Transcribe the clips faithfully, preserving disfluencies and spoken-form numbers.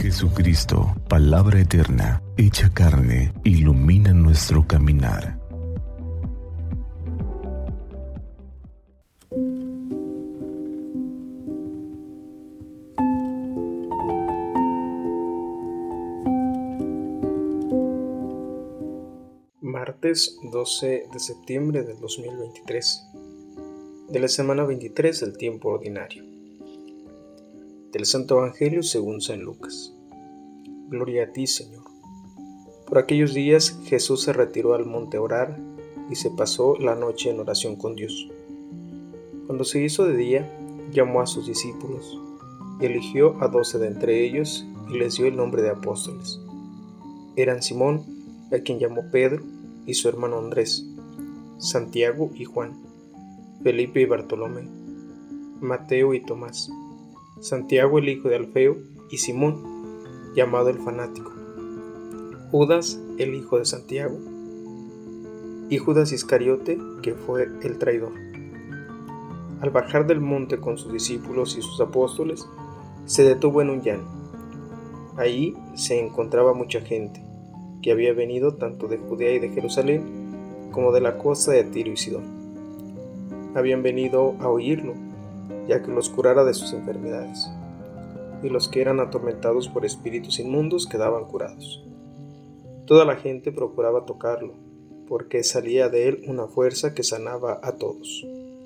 Jesucristo, palabra eterna, hecha carne, ilumina nuestro caminar. Martes doce de septiembre del dos mil veintitrés, de la semana veintitrés del tiempo ordinario. Del Santo Evangelio según San Lucas. Gloria a ti, Señor. Por aquellos días Jesús se retiró al monte a orar y se pasó la noche en oración con Dios. Cuando se hizo de día, llamó a sus discípulos y eligió a doce de entre ellos y les dio el nombre de apóstoles. Eran Simón, a quien llamó Pedro, y su hermano Andrés, Santiago y Juan, Felipe y Bartolomé, Mateo y Tomás, Santiago el hijo de Alfeo y Simón, llamado el fanático, Judas el hijo de Santiago, y Judas Iscariote, que fue el traidor. Al bajar del monte con sus discípulos y sus apóstoles, se detuvo en un llano. Allí se encontraba mucha gente, que había venido tanto de Judea y de Jerusalén, como de la costa de Tiro y Sidón. Habían venido a oírlo, ya que los curara de sus enfermedades, y los que eran atormentados por espíritus inmundos quedaban curados. Toda la gente procuraba tocarlo, porque salía de él una fuerza que sanaba a todos.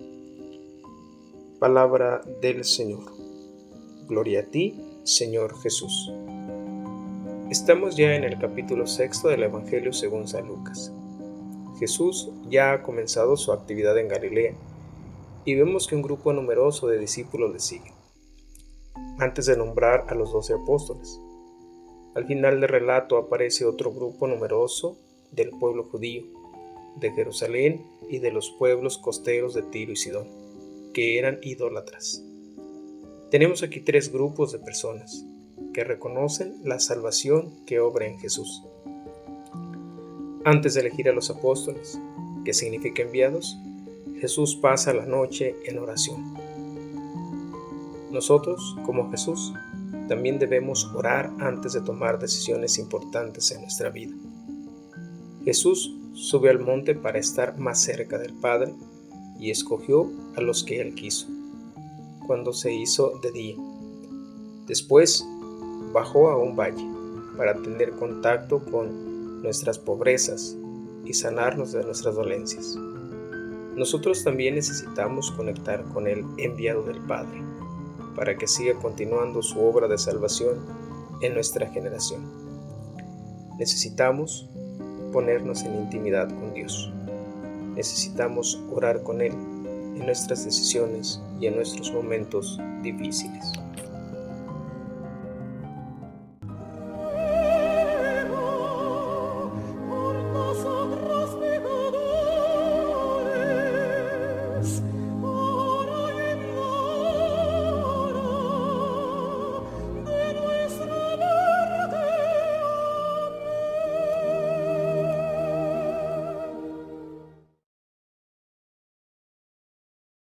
Palabra del Señor. Gloria a ti, Señor Jesús. Estamos ya en el capítulo sexto del Evangelio según San Lucas. Jesús ya ha comenzado su actividad en Galilea y vemos que un grupo numeroso de discípulos le sigue, antes de nombrar a los doce apóstoles. Al final del relato aparece otro grupo numeroso del pueblo judío, de Jerusalén y de los pueblos costeros de Tiro y Sidón, que eran idólatras. Tenemos aquí tres grupos de personas que reconocen la salvación que obra en Jesús. Antes de elegir a los apóstoles, que significa enviados, Jesús pasa la noche en oración. Nosotros, como Jesús, también debemos orar antes de tomar decisiones importantes en nuestra vida. Jesús subió al monte para estar más cerca del Padre y escogió a los que Él quiso, cuando se hizo de día. Después, bajó a un valle para tener contacto con nuestras pobrezas y sanarnos de nuestras dolencias. Nosotros también necesitamos conectar con el enviado del Padre para que siga continuando su obra de salvación en nuestra generación. Necesitamos ponernos en intimidad con Dios. Necesitamos orar con Él en nuestras decisiones y en nuestros momentos difíciles.